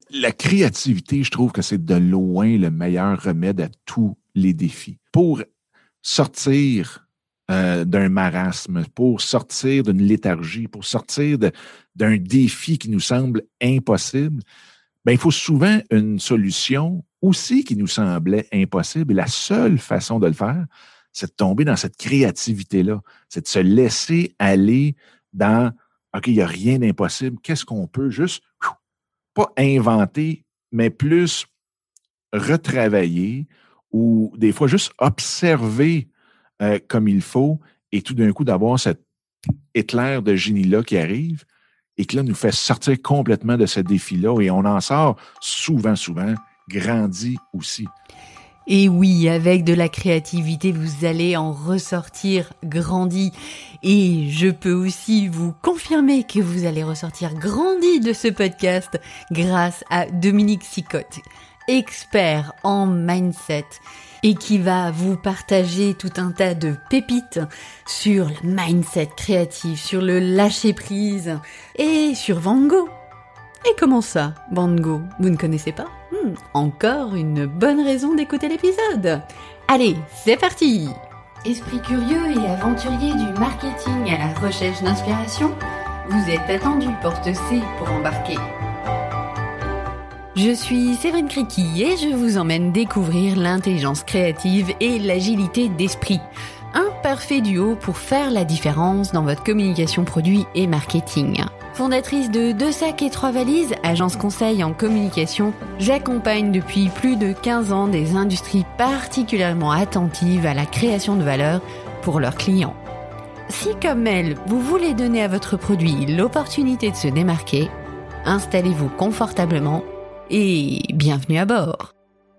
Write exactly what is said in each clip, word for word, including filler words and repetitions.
la créativité, je trouve que c'est de loin le meilleur remède à tous les défis. Pour sortir euh, d'un marasme, pour sortir d'une léthargie, pour sortir de, d'un défi qui nous semble impossible, ben, il faut souvent une solution aussi qui nous semblait impossible. Et la seule façon de le faire, c'est de tomber dans cette créativité-là. C'est de se laisser aller dans OK, il n'y a rien d'impossible. Qu'est-ce qu'on peut juste, pas inventer, mais plus retravailler ou des fois juste observer euh, comme il faut et tout d'un coup d'avoir cet éclair de génie-là qui arrive et qui là nous fait sortir complètement de ce défi-là et on en sort souvent, souvent grandi aussi. Et oui, avec de la créativité, vous allez en ressortir grandi. Et je peux aussi vous confirmer que vous allez ressortir grandi de ce podcast grâce à Dominique Sicotte, expert en mindset et qui va vous partager tout un tas de pépites sur le mindset créatif, sur le lâcher-prise et sur Van Gogh. Et comment ça, Van Gogh, vous ne connaissez pas ? hmm, Encore une bonne raison d'écouter l'épisode. Allez, c'est parti ! Esprit curieux et aventurier du marketing à la recherche d'inspiration, vous êtes attendu porte C pour embarquer. Je suis Séverine Criqui et je vous emmène découvrir l'intelligence créative et l'agilité d'esprit. Un parfait duo pour faire la différence dans votre communication produit et marketing. Fondatrice de Deux sacs et trois valises, agence conseil en communication, j'accompagne depuis plus de quinze ans des industries particulièrement attentives à la création de valeur pour leurs clients. Si comme elle, vous voulez donner à votre produit l'opportunité de se démarquer, installez-vous confortablement et bienvenue à bord.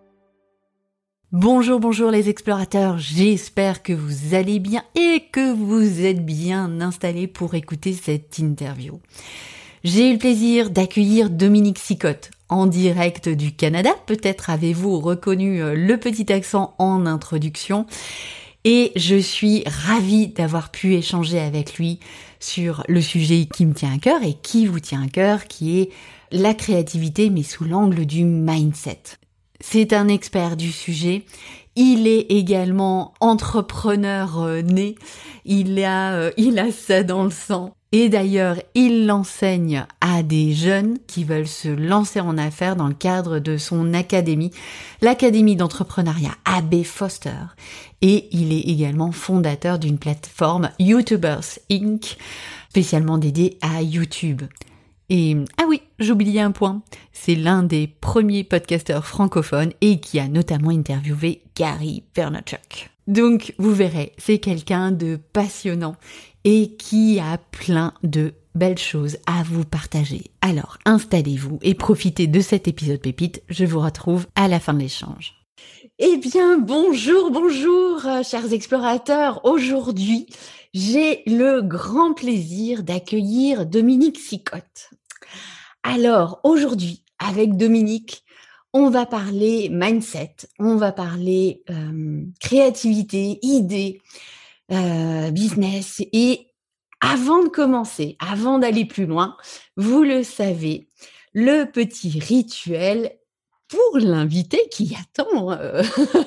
Bonjour, bonjour les explorateurs, j'espère que vous allez bien et que vous êtes bien installés pour écouter cette interview. J'ai eu le plaisir d'accueillir Dominique Sicotte en direct du Canada, peut-être avez-vous reconnu le petit accent en introduction, et je suis ravie d'avoir pu échanger avec lui sur le sujet qui me tient à cœur et qui vous tient à cœur, qui est la créativité mais sous l'angle du mindset. C'est un expert du sujet. Il est également entrepreneur euh, né. Il a, euh, il a ça dans le sang. Et d'ailleurs, il l'enseigne à des jeunes qui veulent se lancer en affaires dans le cadre de son académie, l'Académie d'entrepreneuriat A B Foster. Et il est également fondateur d'une plateforme YouTubers incorporée, spécialement dédiée à YouTube. Et, ah oui, j'oubliais un point, c'est l'un des premiers podcasteurs francophones et qui a notamment interviewé Gary Vaynerchuk. Donc, vous verrez, c'est quelqu'un de passionnant et qui a plein de belles choses à vous partager. Alors, installez-vous et profitez de cet épisode pépite, je vous retrouve à la fin de l'échange. Eh bien, bonjour, bonjour, chers explorateurs. Aujourd'hui, j'ai le grand plaisir d'accueillir Dominique Sicotte. Alors, aujourd'hui, avec Dominique, on va parler mindset, on va parler euh, créativité, idées, euh, business. Et avant de commencer, avant d'aller plus loin, vous le savez, le petit rituel pour l'invité qui attend, euh,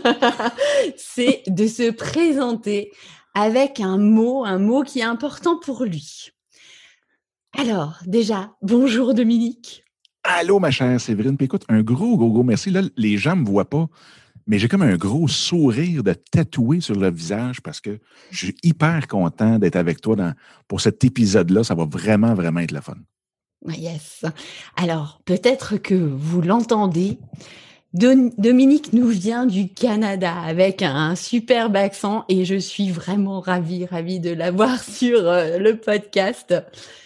c'est de se présenter avec un mot, un mot qui est important pour lui. Alors, déjà, bonjour Dominique. Allô, ma chère Séverine. Puis écoute, un gros, gros, gros merci. Là, les gens ne me voient pas, mais j'ai comme un gros sourire de tatoué sur le visage parce que je suis hyper content d'être avec toi dans, pour cet épisode-là. Ça va vraiment, vraiment être le fun. Yes. Alors, peut-être que vous l'entendez, Dominique nous vient du Canada avec un superbe accent et je suis vraiment ravie, ravie de l'avoir sur euh, le podcast.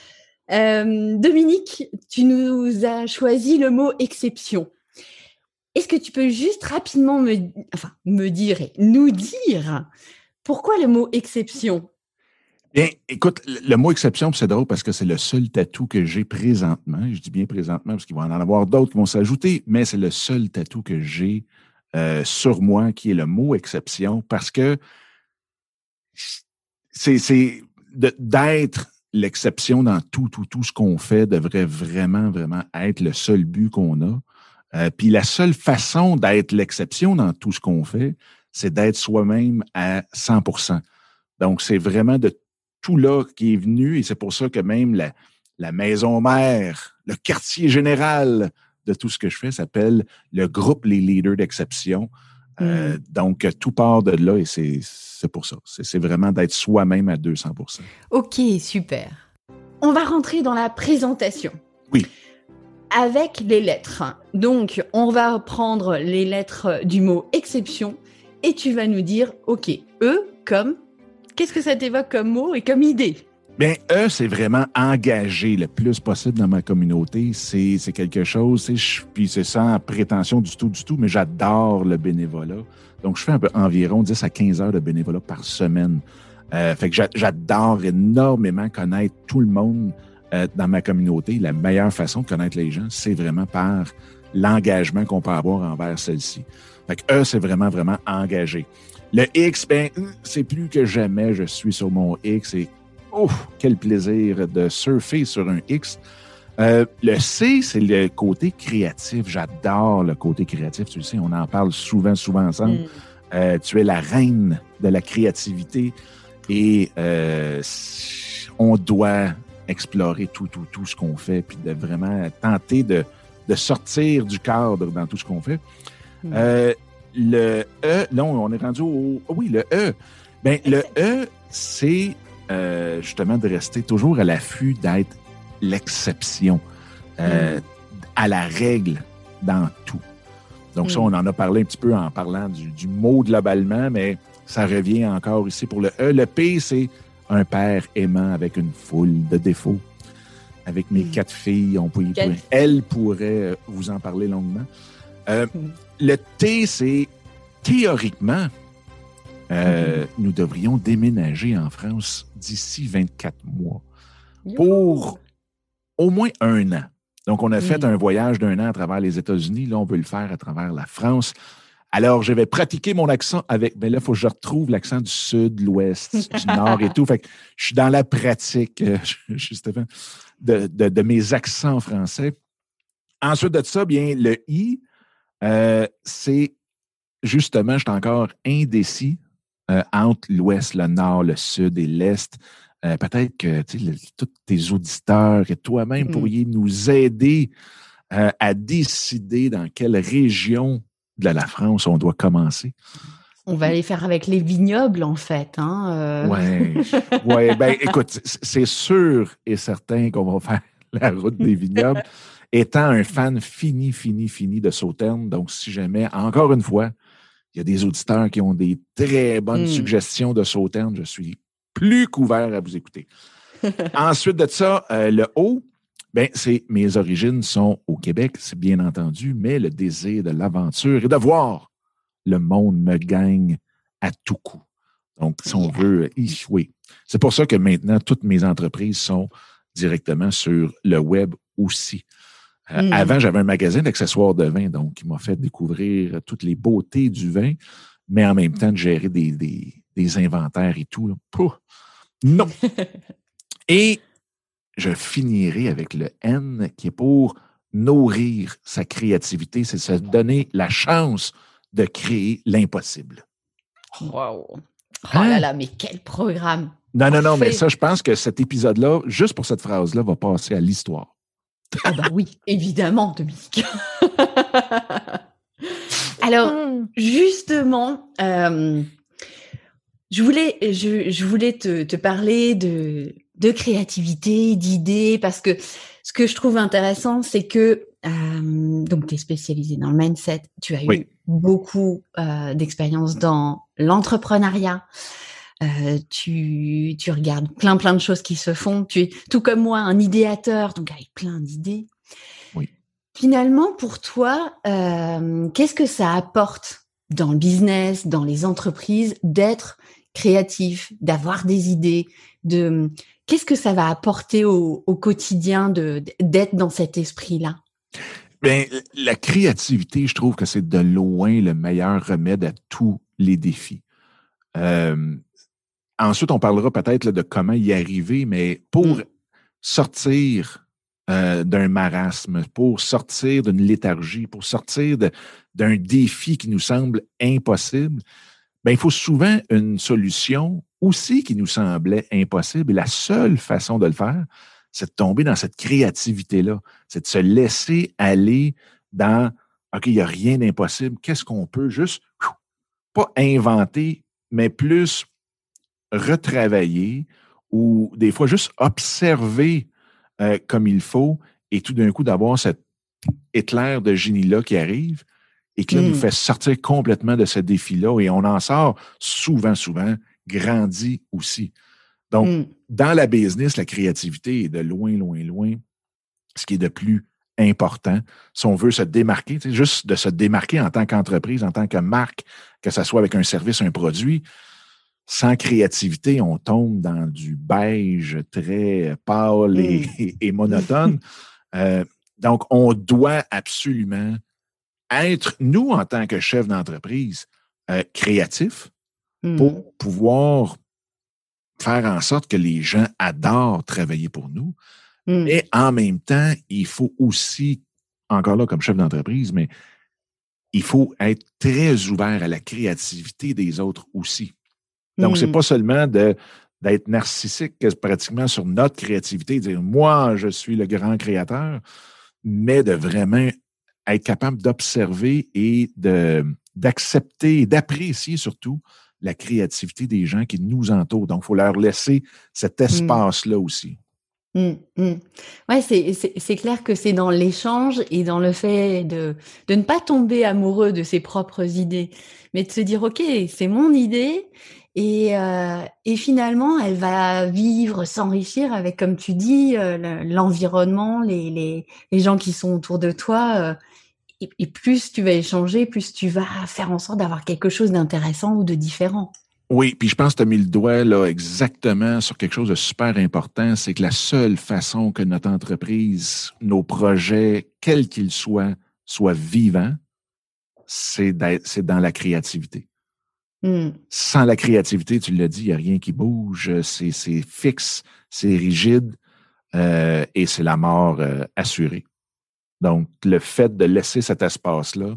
Euh, Dominique, tu nous as choisi le mot exception. Est-ce que tu peux juste rapidement me, enfin, me dire et nous dire pourquoi le mot exception? Bien, écoute, le mot exception, c'est drôle parce que c'est le seul tatou que j'ai présentement. Je dis bien présentement parce qu'il va en avoir d'autres qui vont s'ajouter, mais c'est le seul tatou que j'ai euh, sur moi qui est le mot exception parce que c'est, c'est de, d'être l'exception dans tout, tout, tout ce qu'on fait devrait vraiment, vraiment être le seul but qu'on a. Euh, puis la seule façon d'être l'exception dans tout ce qu'on fait, c'est d'être soi-même à cent pour cent. Donc, c'est vraiment de tout là qui est venu et c'est pour ça que même la, la maison mère, le quartier général de tout ce que je fais s'appelle le groupe Les Leaders d'Exception. Euh, mmh. Donc, tout part de là et c'est, c'est pour ça. C'est, c'est vraiment d'être soi-même à deux cents pour cent. OK, super. On va rentrer dans la présentation. Oui. Avec les lettres. Donc, on va prendre les lettres du mot exception et tu vas nous dire, OK, E comme, qu'est-ce que ça t'évoque comme mot et comme idée? Bien, E, c'est vraiment engager le plus possible dans ma communauté. C'est, c'est quelque chose, c'est, je, puis c'est sans prétention du tout, du tout, mais j'adore le bénévolat. Donc, je fais un peu environ dix à quinze heures de bénévolat par semaine. Euh, fait que j'a, j'adore énormément connaître tout le monde euh, dans ma communauté. La meilleure façon de connaître les gens, c'est vraiment par l'engagement qu'on peut avoir envers celle-ci. Fait que E, c'est vraiment, vraiment engagé. Le X, ben, c'est plus que jamais, je suis sur mon X et oh, quel plaisir de surfer sur un X. Euh, le C, c'est le côté créatif. J'adore le côté créatif. Tu le sais, on en parle souvent, souvent ensemble. Mm. Euh, tu es la reine de la créativité et euh, on doit explorer tout, tout, tout ce qu'on fait puis de vraiment tenter de, de sortir du cadre dans tout ce qu'on fait. Mm. Euh, le E, là, on est rendu au... Oh oui, le E. Ben, le E, c'est... Euh, justement de rester toujours à l'affût d'être l'exception, euh, mmh. à la règle dans tout. Donc mmh. ça, on en a parlé un petit peu en parlant du, du mot globalement, mais ça revient encore ici pour le E. Le P, c'est un père aimant avec une foule de défauts. Avec mes mmh. quatre filles, on peut y pourrait, elles pourraient vous en parler longuement. Euh, mmh. Le T, c'est théoriquement... Euh, mmh. Nous devrions déménager en France d'ici vingt-quatre mois pour au moins un an. Donc, on a mmh. fait un voyage d'un an à travers les États-Unis. Là, on veut le faire à travers la France. Alors, je vais pratiquer mon accent avec... Mais là, il faut que je retrouve l'accent du sud, l'ouest, du nord et tout. Fait que je suis dans la pratique, euh, justement, de, de, de mes accents français. Ensuite de ça, bien, le I, euh, c'est justement, je suis encore indécis. Euh, entre l'Ouest, le Nord, le Sud et l'Est. Euh, peut-être que le, tous tes auditeurs et toi-même mmh. pourriez nous aider euh, à décider dans quelle région de la France on doit commencer. On va aller faire avec les vignobles, en fait. Hein, euh... Oui, ouais, ben écoute, c'est sûr et certain qu'on va faire la route des vignobles. Étant un fan fini, fini, fini de Sauternes, donc si jamais, encore une fois, il y a des auditeurs qui ont des très bonnes mmh. suggestions de Sauternes. Je suis plus couvert à vous écouter. Ensuite de ça, euh, le O, ben, c'est mes origines sont au Québec, c'est bien entendu, mais le désir de l'aventure et de voir le monde me gagne à tout coup. Donc, si on veut, oui. C'est pour ça que maintenant, toutes mes entreprises sont directement sur le web aussi. Euh, mmh. Avant, j'avais un magasin d'accessoires de vin, donc qui m'a fait découvrir toutes les beautés du vin, mais en même temps de gérer des, des, des inventaires et tout. Là. Pouh, non! Et je finirai avec le N qui est pour nourrir sa créativité, c'est se donner la chance de créer l'impossible. Wow! Oh hein? Là là, mais quel programme! Non, non, non, mais ça, je pense que cet épisode-là, juste pour cette phrase-là, va passer à l'histoire. Ah ben oui, évidemment, Dominique. Alors, justement, euh, je voulais, je, je voulais te, te parler de, de créativité, d'idées, parce que ce que je trouve intéressant, c'est que euh, donc tu es spécialisé dans le mindset, tu as oui. eu beaucoup euh, d'expérience dans l'entrepreneuriat. Euh, tu, tu regardes plein plein de choses qui se font. Tu es tout comme moi un idéateur, donc avec plein d'idées. Oui. Finalement, pour toi, euh, qu'est-ce que ça apporte dans le business, dans les entreprises, d'être créatif, d'avoir des idées, de qu'est-ce que ça va apporter au, au quotidien de d'être dans cet esprit-là? Bien, la créativité, je trouve que c'est de loin le meilleur remède à tous les défis. Euh, Ensuite, on parlera peut-être là, de comment y arriver, mais pour mmh. sortir euh, d'un marasme, pour sortir d'une léthargie, pour sortir de, d'un défi qui nous semble impossible, ben, il faut souvent une solution aussi qui nous semblait impossible. Et la seule façon de le faire, c'est de tomber dans cette créativité-là. C'est de se laisser aller dans OK, il n'y a rien d'impossible. Qu'est-ce qu'on peut juste, pas inventer, mais plus retravailler ou des fois juste observer euh, comme il faut et tout d'un coup d'avoir cet éclair de génie-là qui arrive et qui là, mmh. nous fait sortir complètement de ce défi-là et on en sort souvent, souvent, grandi aussi. Donc, mmh. dans la business, la créativité est de loin, loin, loin ce qui est de plus important. Si on veut se démarquer, juste de se démarquer en tant qu'entreprise, en tant que marque, que ce soit avec un service, un produit, sans créativité, on tombe dans du beige très pâle mmh. et, et, et monotone. euh, donc, on doit absolument être, nous, en tant que chef d'entreprise, euh, créatifs mmh. pour pouvoir faire en sorte que les gens adorent travailler pour nous. Mm. Mais en même temps, il faut aussi, encore là comme chef d'entreprise, mais il faut être très ouvert à la créativité des autres aussi. Donc, mm. c'est pas seulement de, d'être narcissique pratiquement sur notre créativité, dire « moi, je suis le grand créateur », mais de vraiment être capable d'observer et de, d'accepter, d'apprécier surtout la créativité des gens qui nous entourent. Donc, il faut leur laisser cet espace-là mmh. aussi. Mmh, mmh. Ouais, c'est, c'est, c'est clair que c'est dans l'échange et dans le fait de, de ne pas tomber amoureux de ses propres idées, mais de se dire, OK, c'est mon idée et, euh, et finalement, elle va vivre, s'enrichir avec, comme tu dis, euh, l'environnement, les, les, les gens qui sont autour de toi. Euh, Et, et plus tu vas échanger, plus tu vas faire en sorte d'avoir quelque chose d'intéressant ou de différent. Oui, puis je pense que tu as mis le doigt là exactement sur quelque chose de super important, c'est que la seule façon que notre entreprise, nos projets, quels qu'ils soient, soient vivants, c'est, c'est dans la créativité. Mm. Sans la créativité, tu l'as dit, il n'y a rien qui bouge, c'est, c'est fixe, c'est rigide euh, et c'est la mort euh, assurée. Donc, le fait de laisser cet espace-là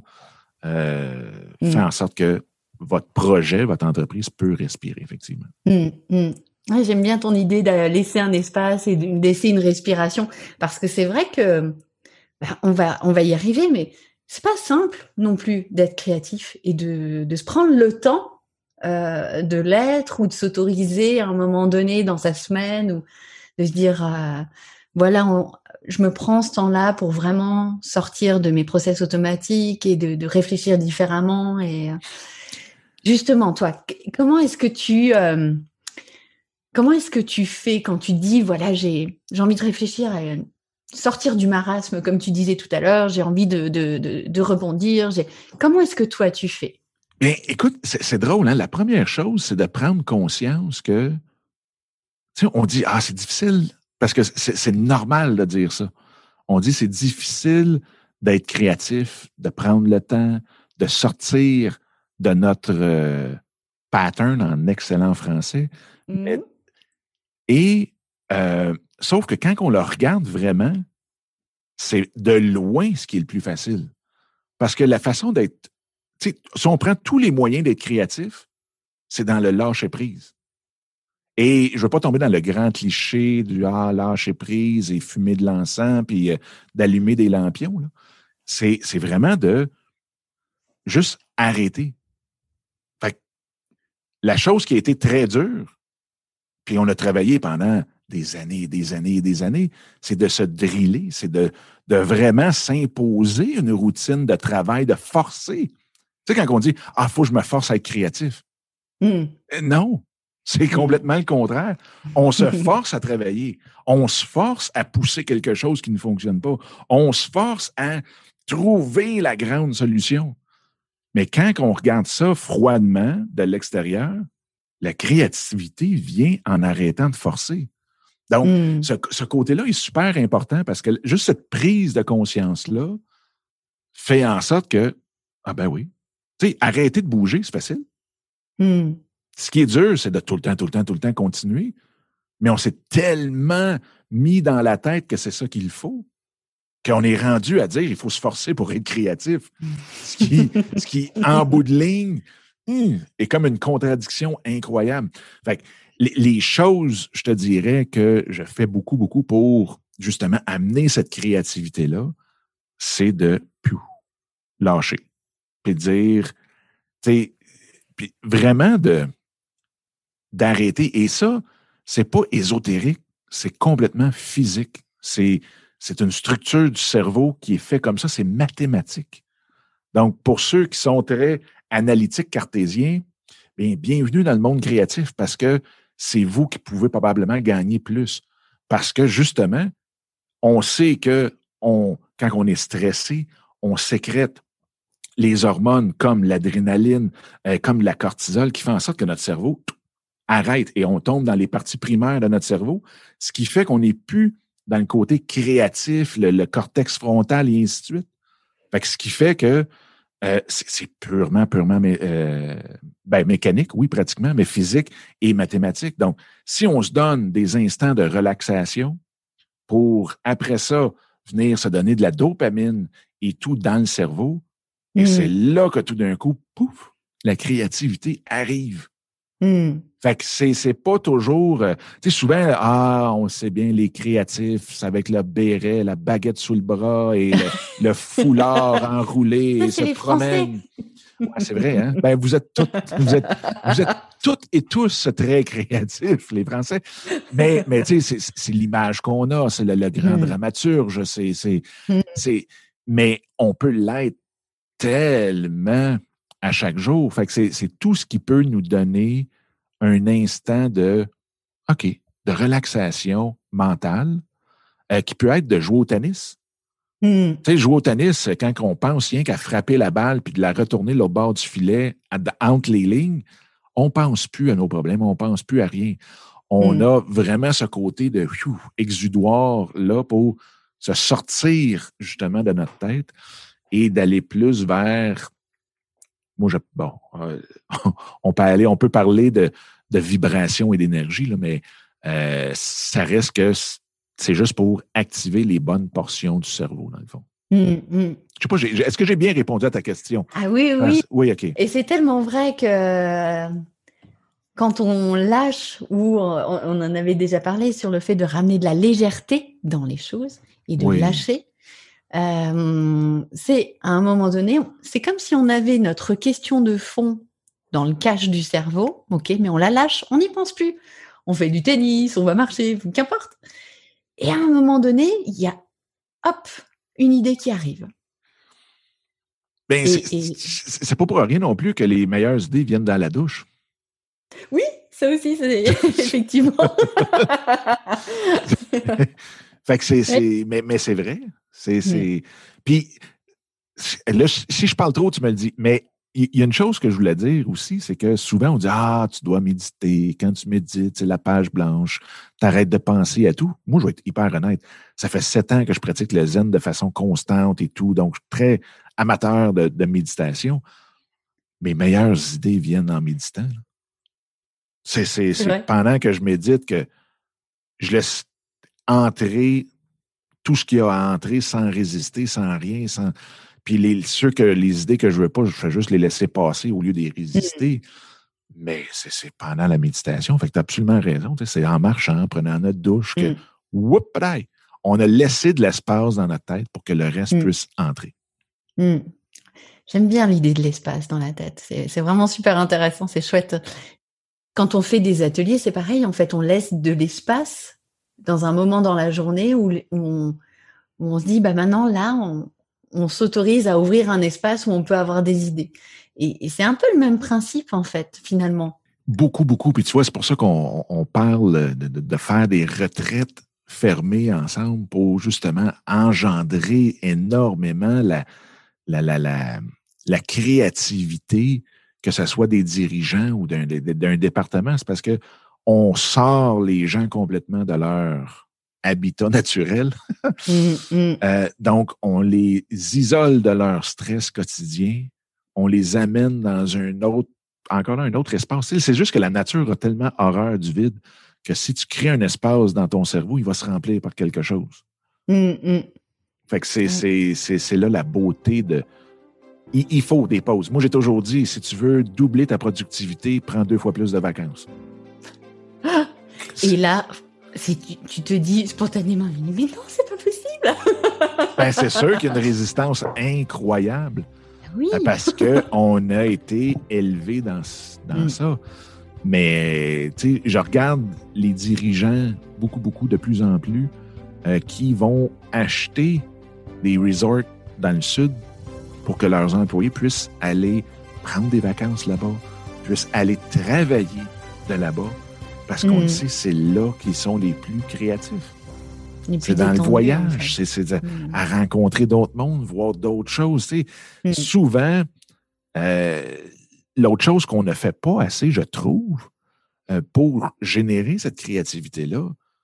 euh, mm. fait en sorte que votre projet, votre entreprise peut respirer, effectivement. Mm. Mm. Ouais, j'aime bien ton idée de laisser un espace et de laisser une respiration, parce que c'est vrai que ben, on va, on va y arriver, mais c'est pas simple non plus d'être créatif et de, de se prendre le temps euh, de l'être ou de s'autoriser à un moment donné dans sa semaine ou de se dire euh, voilà, on, je me prends ce temps-là pour vraiment sortir de mes process automatiques et de, de réfléchir différemment. Et justement, toi, comment est-ce que tu euh, comment est-ce que tu fais quand tu dis voilà, j'ai j'ai envie de réfléchir à sortir du marasme, comme tu disais tout à l'heure, j'ai envie de de de, de rebondir. J'ai... Comment est-ce que toi tu fais? Bien, écoute, c'est, c'est drôle, hein? La première chose, c'est de prendre conscience que, tu sais, on dit ah c'est difficile. Parce que c'est, c'est normal de dire ça. On dit c'est difficile d'être créatif, de prendre le temps, de sortir de notre euh, pattern en excellent français. Mm-hmm. Mais, et euh, sauf que quand on le regarde vraiment, c'est de loin ce qui est le plus facile. Parce que la façon d'être, tu sais, si on prend tous les moyens d'être créatif, c'est dans le lâcher-prise. Et je ne veux pas tomber dans le grand cliché du ah, lâcher prise et fumer de l'encens puis euh, d'allumer des lampions. Là. C'est, c'est vraiment de juste arrêter. Fait que la chose qui a été très dure, puis on a travaillé pendant des années et des années et des années, c'est de se driller, c'est de, de vraiment s'imposer une routine de travail, de forcer. Tu sais, quand on dit « Ah, il faut que je me force à être créatif mm. », non. C'est complètement le contraire. On se force à travailler. On se force à pousser quelque chose qui ne fonctionne pas. On se force à trouver la grande solution. Mais quand on regarde ça froidement de l'extérieur, la créativité vient en arrêtant de forcer. Donc, mm. ce, ce côté-là est super important parce que juste cette prise de conscience-là fait en sorte que, ah ben oui, tu sais, arrêter de bouger, c'est facile. Mm. Ce qui est dur, c'est de tout le temps, tout le temps, tout le temps continuer. Mais on s'est tellement mis dans la tête que c'est ça qu'il faut, qu'on est rendu à dire qu'il faut se forcer pour être créatif. Ce qui, ce qui en bout de ligne, hum, est comme une contradiction incroyable. Fait que les, les choses, je te dirais que je fais beaucoup, beaucoup pour justement amener cette créativité-là, c'est de piou, lâcher. Puis dire, tu sais, puis vraiment de, d'arrêter. Et ça, c'est pas ésotérique, c'est complètement physique. C'est, c'est une structure du cerveau qui est faite comme ça, c'est mathématique. Donc, pour ceux qui sont très analytiques cartésiens, bien, bienvenue dans le monde créatif parce que c'est vous qui pouvez probablement gagner plus. Parce que justement, on sait que on, quand on est stressé, on sécrète les hormones comme l'adrénaline, euh, comme la cortisol, qui fait en sorte que notre cerveau tout, arrête et on tombe dans les parties primaires de notre cerveau, ce qui fait qu'on n'est plus dans le côté créatif, le, le cortex frontal et ainsi de suite. Fait que ce qui fait que euh, c'est, c'est purement, purement mé, euh, ben, mécanique, oui, pratiquement, mais physique et mathématique. Donc, si on se donne des instants de relaxation pour, après ça, venir se donner de la dopamine et tout dans le cerveau, et mmh. c'est là que tout d'un coup, pouf, la créativité arrive. Mmh. Fait que c'est, c'est pas toujours... Euh, tu sais, souvent, ah, on sait bien, les créatifs, c'est avec le béret, la baguette sous le bras et le, le foulard enroulé ça, et c'est se les promènent. Ouais, c'est vrai, hein? Ben, vous êtes toutes, vous êtes, vous êtes toutes et tous très créatifs, les Français. Mais, mais tu sais, c'est, c'est l'image qu'on a, c'est le, le grand mmh. dramaturge, c'est, c'est, mmh. c'est... Mais on peut l'être tellement à chaque jour. Fait que c'est, c'est tout ce qui peut nous donner un instant de, OK, de relaxation mentale, euh, qui peut être de jouer au tennis. Mm. Tu sais, jouer au tennis, quand on pense rien qu'à frapper la balle puis de la retourner au bord du filet, à, entre les lignes, on ne pense plus à nos problèmes, on ne pense plus à rien. On mm. a vraiment ce côté de pfiou, exudoire là pour se sortir justement de notre tête et d'aller plus vers... Moi, je, bon, euh, on peut aller, on peut parler de, de vibration et d'énergie, là, mais euh, ça reste que c'est juste pour activer les bonnes portions du cerveau, dans le fond. Mmh, mmh. Je sais pas, j'ai, est-ce que j'ai bien répondu à ta question? Ah oui, oui. Ah, oui, OK. Et c'est tellement vrai que quand on lâche, ou on, on en avait déjà parlé sur le fait de ramener de la légèreté dans les choses et de oui. lâcher, Euh, c'est à un moment donné, c'est comme si on avait notre question de fond dans le cache du cerveau, ok, mais on la lâche, on n'y pense plus. On fait du tennis, on va marcher, qu'importe. Et à un moment donné, il y a, hop, une idée qui arrive. Ben, et, c'est, et... c'est, c'est pas pour rien non plus que les meilleures idées viennent dans la douche. Oui, ça aussi, c'est effectivement. Fait que c'est, c'est mais, mais c'est vrai. C'est, c'est... Mm. Puis, là, si je parle trop, tu me le dis. Mais il y a une chose que je voulais dire aussi, c'est que souvent, on dit « Ah, tu dois méditer. Quand tu médites, c'est la page blanche. T'arrêtes de penser à tout. » Moi, je vais être hyper honnête. Ça fait sept ans que je pratique le zen de façon constante et tout. Donc, je suis très amateur de, de méditation. Mes meilleures idées viennent en méditant. C'est, c'est, c'est, c'est pendant que je médite que je laisse entrer tout ce qu'il y a à entrer sans résister, sans rien, sans... Puis les, ceux que les idées que je veux pas, je fais juste les laisser passer au lieu de les résister. Mm. Mais c'est, c'est pendant la méditation. Fait que tu as absolument raison. C'est en marchant, en prenant notre douche que, mm. whoop, on a laissé de l'espace dans notre tête pour que le reste mm. puisse entrer. Mm. J'aime bien l'idée de l'espace dans la tête. C'est, c'est vraiment super intéressant, c'est chouette. Quand on fait des ateliers, c'est pareil. En fait, on laisse de l'espace dans un moment dans la journée où on, où on se dit, bah maintenant, là, on, on s'autorise à ouvrir un espace où on peut avoir des idées. Et, et c'est un peu le même principe, en fait, finalement. Beaucoup, beaucoup. Puis tu vois, c'est pour ça qu'on on parle de, de, de faire des retraites fermées ensemble pour justement engendrer énormément la, la, la, la, la créativité, que ce soit des dirigeants ou d'un, d'un département. C'est parce que on sort les gens complètement de leur habitat naturel. mmh, mmh. Euh, donc, on les isole de leur stress quotidien. On les amène dans un autre, encore un autre espace. C'est juste que la nature a tellement horreur du vide que si tu crées un espace dans ton cerveau, il va se remplir par quelque chose. Mm, mm. Fait que c'est, Ouais. c'est, c'est, c'est là la beauté de... Il, il faut des pauses. Moi, j'ai toujours dit, si tu veux doubler ta productivité, prends deux fois plus de vacances. Et là, si tu, tu te dis spontanément, mais non, c'est pas possible. Ben, c'est sûr qu'il y a une résistance incroyable. Oui. Parce qu'on a été élevé dans, dans mm. ça. Mais, tu sais, je regarde les dirigeants, beaucoup, beaucoup, de plus en plus, euh, qui vont acheter des resorts dans le sud pour que leurs employés puissent aller prendre des vacances là-bas, puissent aller travailler de là-bas, parce qu'on mmh. le sait, c'est là qu'ils sont les plus créatifs. Les plus c'est dans le voyage, en fait. c'est, c'est de, mmh. à rencontrer d'autres mondes, voir d'autres choses. Tu sais. Mmh. Souvent, euh, l'autre chose qu'on ne fait pas assez, je trouve, euh, pour générer cette créativité-là,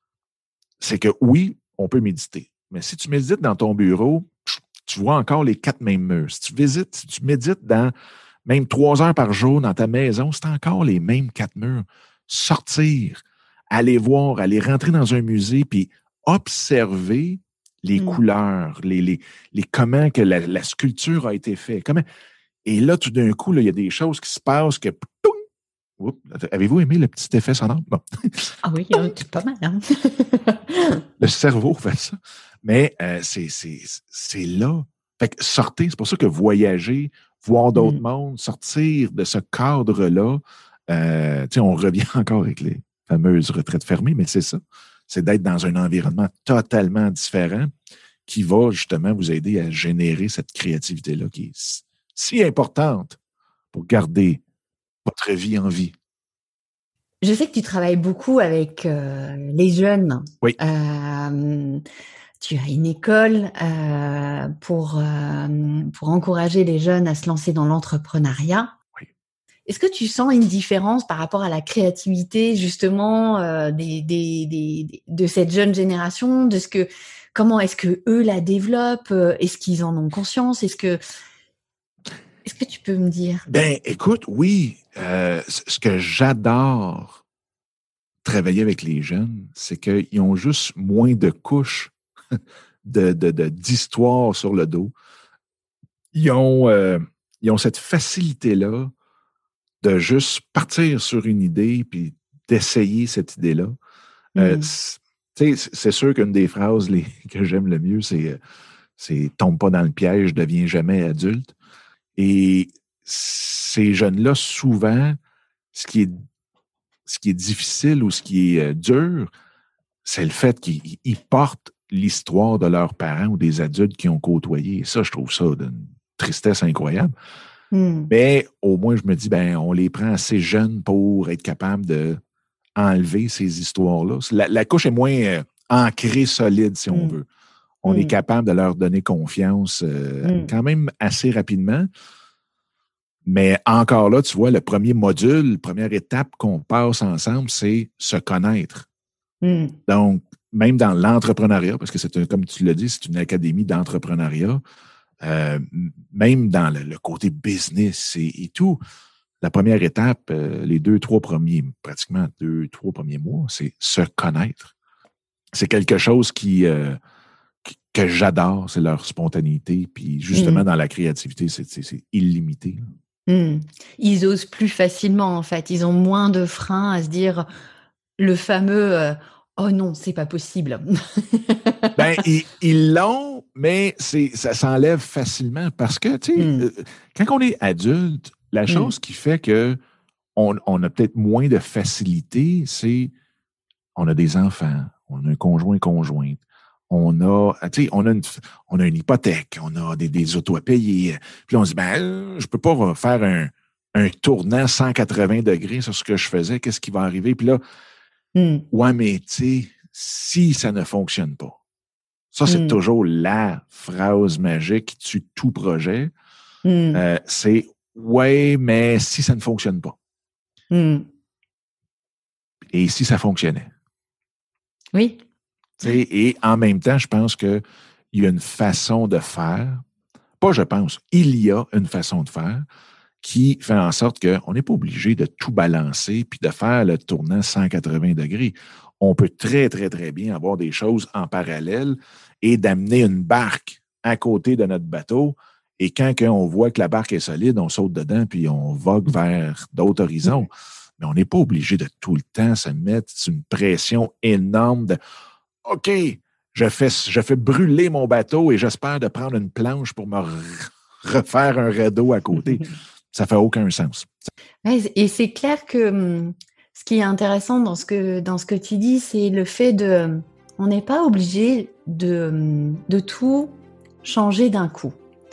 c'est que oui, on peut méditer. Mais si tu médites dans ton bureau, tu vois encore les quatre mêmes murs. Si tu visites, si tu médites dans même trois heures par jour dans ta maison, c'est encore les mêmes quatre murs. Sortir, aller voir, aller rentrer dans un musée, puis observer les mmh. couleurs, les, les, les comment que la, la sculpture a été faite. Comment... Et là, tout d'un coup, il y a des choses qui se passent que... Oups, avez-vous aimé le petit effet sonore? Bon. Ah oui, c'est pas mal. Hein? Le cerveau fait ça. Mais euh, c'est, c'est, c'est là. Fait que sortez, c'est pour ça que voyager, voir d'autres mmh. mondes, sortir de ce cadre-là, euh, on revient encore avec les fameuses retraites fermées, mais c'est ça. C'est d'être dans un environnement totalement différent qui va justement vous aider à générer cette créativité-là qui est si importante pour garder votre vie en vie. Je sais que tu travailles beaucoup avec euh, les jeunes. Oui. Euh, tu as une école euh, pour, euh, pour encourager les jeunes à se lancer dans l'entrepreneuriat. Oui. Est-ce que tu sens une différence par rapport à la créativité justement euh, des, des, des, de cette jeune génération, de ce que comment est-ce que eux la développent, est-ce qu'ils en ont conscience, est-ce que est-ce que tu peux me dire? Ben, écoute, oui. Euh, ce que j'adore travailler avec les jeunes, c'est qu'ils ont juste moins de couches de, de, de, d'histoire sur le dos. Ils ont, euh, ils ont cette facilité-là de juste partir sur une idée puis d'essayer cette idée-là. Mm. Euh, c'est, c'est sûr qu'une des phrases les, que j'aime le mieux, c'est, c'est « tombe pas dans le piège, deviens jamais adulte ». Et ces jeunes-là, souvent, ce qui est, ce qui est difficile ou ce qui est dur, c'est le fait qu'ils ils portent l'histoire de leurs parents ou des adultes qui ont côtoyé. Et ça, je trouve ça d'une tristesse incroyable. Mm. Mais au moins, je me dis, ben, on les prend assez jeunes pour être capable d'enlever ces histoires-là. La, la couche est moins euh, ancrée, solide, si mm. on veut. On mm. est capable de leur donner confiance euh, mm. quand même assez rapidement. Mais encore là, tu vois, le premier module, la première étape qu'on passe ensemble, c'est se connaître. Mm. Donc, même dans l'entrepreneuriat, parce que c'est un, comme tu l'as dit, c'est une académie d'entrepreneuriat, euh, même dans le, le côté business et, et tout, la première étape, euh, les deux, trois premiers, pratiquement deux, trois premiers mois, c'est se connaître. C'est quelque chose qui, euh, qui que j'adore, c'est leur spontanéité. Puis justement, mm. dans la créativité, c'est, c'est, c'est illimité. Mm. Ils osent plus facilement, en fait. Ils ont moins de freins à se dire le fameux euh, « oh non, c'est pas possible ». Ben, ils, ils l'ont, mais c'est, ça s'enlève facilement parce que, tu sais, mm. euh, quand on est adulte, la chose mm. qui fait que on, on a peut-être moins de facilité, c'est on a des enfants, on a un conjoint, conjointe, on a, tu sais, on a une, on a une hypothèque, on a des, des autos à payer. Puis là, on se dit, ben, euh, je peux pas faire un, un tournant cent quatre-vingts degrés sur ce que je faisais, qu'est-ce qui va arriver? Puis là, mm. ouais, mais tu sais, si ça ne fonctionne pas. Ça, c'est mm. toujours la phrase magique qui tue tout projet. Mm. Euh, c'est ouais, mais si ça ne fonctionne pas. Mm. Et si ça fonctionnait? Oui. T'sais, et en même temps, je pense qu'il y a une façon de faire. Pas je pense, il y a une façon de faire qui fait en sorte qu'on n'est pas obligé de tout balancer puis de faire le tournant cent quatre-vingts degrés. On peut très, très, très bien avoir des choses en parallèle et d'amener une barque à côté de notre bateau. Et quand on voit que la barque est solide, on saute dedans puis on vogue vers d'autres horizons. Mais on n'est pas obligé de tout le temps se mettre sur une pression énorme de « OK, je fais, je fais brûler mon bateau et j'espère de prendre une planche pour me refaire un radeau à côté. » Ça ne fait aucun sens. Et c'est clair que ce qui est intéressant dans ce que, dans ce que tu dis, c'est le fait de... On n'est pas obligé de, de tout changer d'un coup.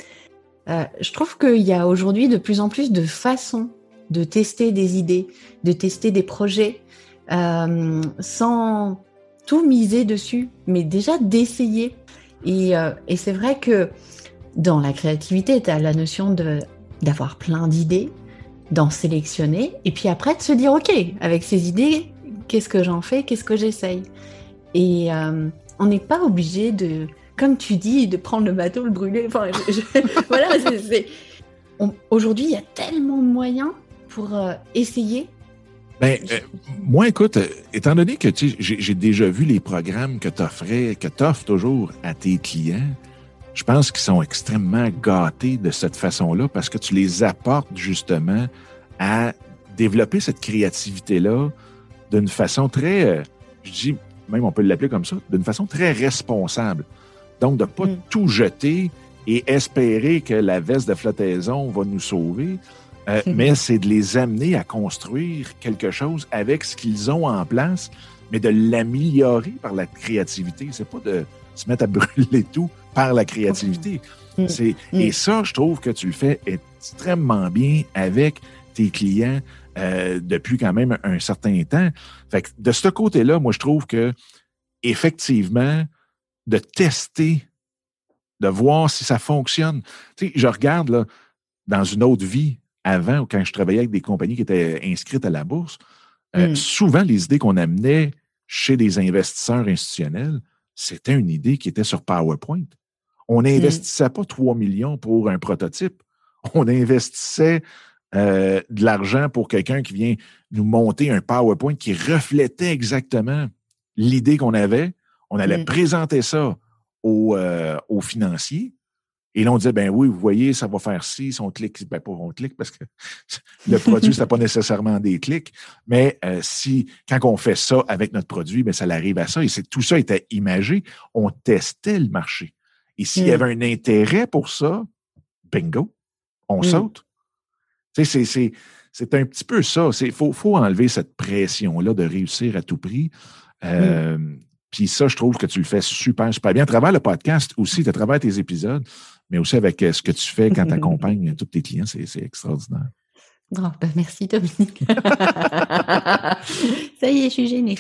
Euh, je trouve qu'il y a aujourd'hui de plus en plus de façons de tester des idées, de tester des projets, euh, sans tout miser dessus, mais déjà d'essayer. Et, euh, et c'est vrai que dans la créativité, tu as la notion de, d'avoir plein d'idées, d'en sélectionner, et puis après de se dire, OK, avec ces idées, qu'est-ce que j'en fais, qu'est-ce que j'essaye? Et euh, on n'est pas obligé de, comme tu dis, de prendre le bateau, le brûler. Enfin, je, je, voilà, c'est, c'est... On, aujourd'hui, il y a tellement de moyens pour euh, essayer. Ben, euh, moi, écoute, euh, étant donné que tu sais, j'ai, j'ai déjà vu les programmes que tu offrais, que tu offres toujours à tes clients, je pense qu'ils sont extrêmement gâtés de cette façon-là parce que tu les apportes justement à développer cette créativité-là d'une façon très, euh, je dis, même on peut l'appeler comme ça, d'une façon très responsable. Donc, de ne pas mm. tout jeter et espérer que la veste de flottaison va nous sauver, euh, mm. mais c'est de les amener à construire quelque chose avec ce qu'ils ont en place, mais de l'améliorer par la créativité. C'est pas de se mettre à brûler tout par la créativité. Mm. C'est, mm. Et ça, je trouve que tu le fais extrêmement bien avec tes clients euh, depuis quand même un certain temps. Fait que de ce côté-là, moi, je trouve que effectivement, de tester, de voir si ça fonctionne. Tu sais, je regarde là, dans une autre vie, avant, ou quand je travaillais avec des compagnies qui étaient inscrites à la bourse, euh, mm. souvent, les idées qu'on amenait chez des investisseurs institutionnels, c'était une idée qui était sur PowerPoint. On n'investissait mm. pas trois millions pour un prototype. On investissait euh, de l'argent pour quelqu'un qui vient nous monter un PowerPoint qui reflétait exactement l'idée qu'on avait. On allait mm. présenter ça aux, euh, aux financiers. Et là, on disait, ben oui, vous voyez, ça va faire ci, si on clique, ben pas on clique parce que le produit, c'est pas nécessairement des clics, mais euh, si, quand on fait ça avec notre produit, ben ça arrive à ça. Et c'est, tout ça était imagé. On testait le marché. Et s'il mm. y avait un intérêt pour ça, bingo, on mm. saute. Tu sais, c'est, c'est, c'est un petit peu ça. Il faut, faut enlever cette pression-là de réussir à tout prix. Euh, mm. Puis ça, je trouve que tu le fais super, super bien. À travers le podcast aussi, à travers tes épisodes, mais aussi avec ce que tu fais quand tu accompagnes tous tes clients, c'est, c'est extraordinaire. Oh, ben merci Dominique. Ça y est, je suis gênée.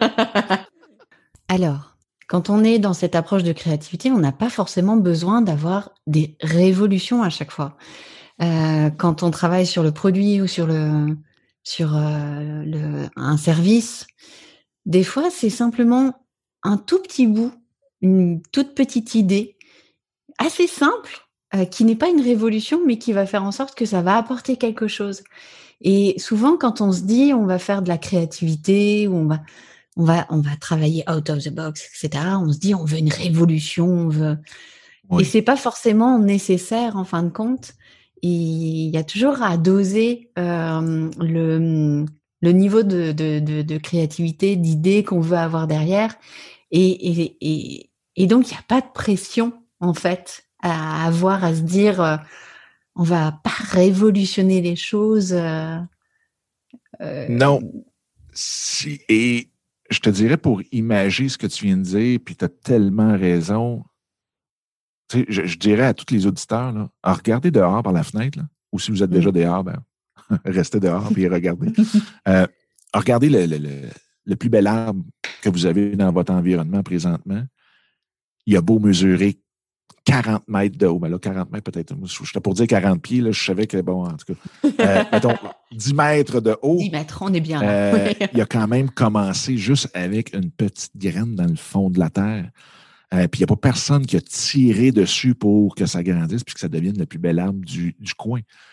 Alors, quand on est dans cette approche de créativité, on n'a pas forcément besoin d'avoir des révolutions à chaque fois. Euh, quand on travaille sur le produit ou sur, le, sur euh, le, un service, des fois, c'est simplement un tout petit bout, une toute petite idée, assez simple, euh, qui n'est pas une révolution, mais qui va faire en sorte que ça va apporter quelque chose. Et souvent, quand on se dit on va faire de la créativité, ou on va, on va, on va travailler out of the box, et cetera, on se dit on veut une révolution, on veut... Oui. Et c'est pas forcément nécessaire en fin de compte. Et il y a toujours à doser euh, le, le niveau de, de, de, de créativité, d'idées qu'on veut avoir derrière. Et, et, et, et donc, il n'y a pas de pression, en fait, à avoir, à se dire, euh, on va pas révolutionner les choses. Euh, euh... Non. Si, et je te dirais, pour imager ce que tu viens de dire, puis tu as tellement raison, tu sais, je, je dirais à tous les auditeurs, là, à regarder dehors par la fenêtre, là, ou si vous êtes déjà dehors, ben, restez dehors et regardez. euh, regardez le, le, le, le plus bel arbre que vous avez dans votre environnement présentement. Il a beau mesurer quarante mètres de haut. Mais là, quarante mètres peut-être. J'étais pour dire quarante pieds. Là, je savais que, bon, en tout cas, euh, mettons, dix mètres de haut. dix mètres, on est bien là. Euh, il a quand même commencé juste avec une petite graine dans le fond de la terre. Euh, puis il n'y a pas personne qui a tiré dessus pour que ça grandisse puis que ça devienne le plus bel arbre du, du coin.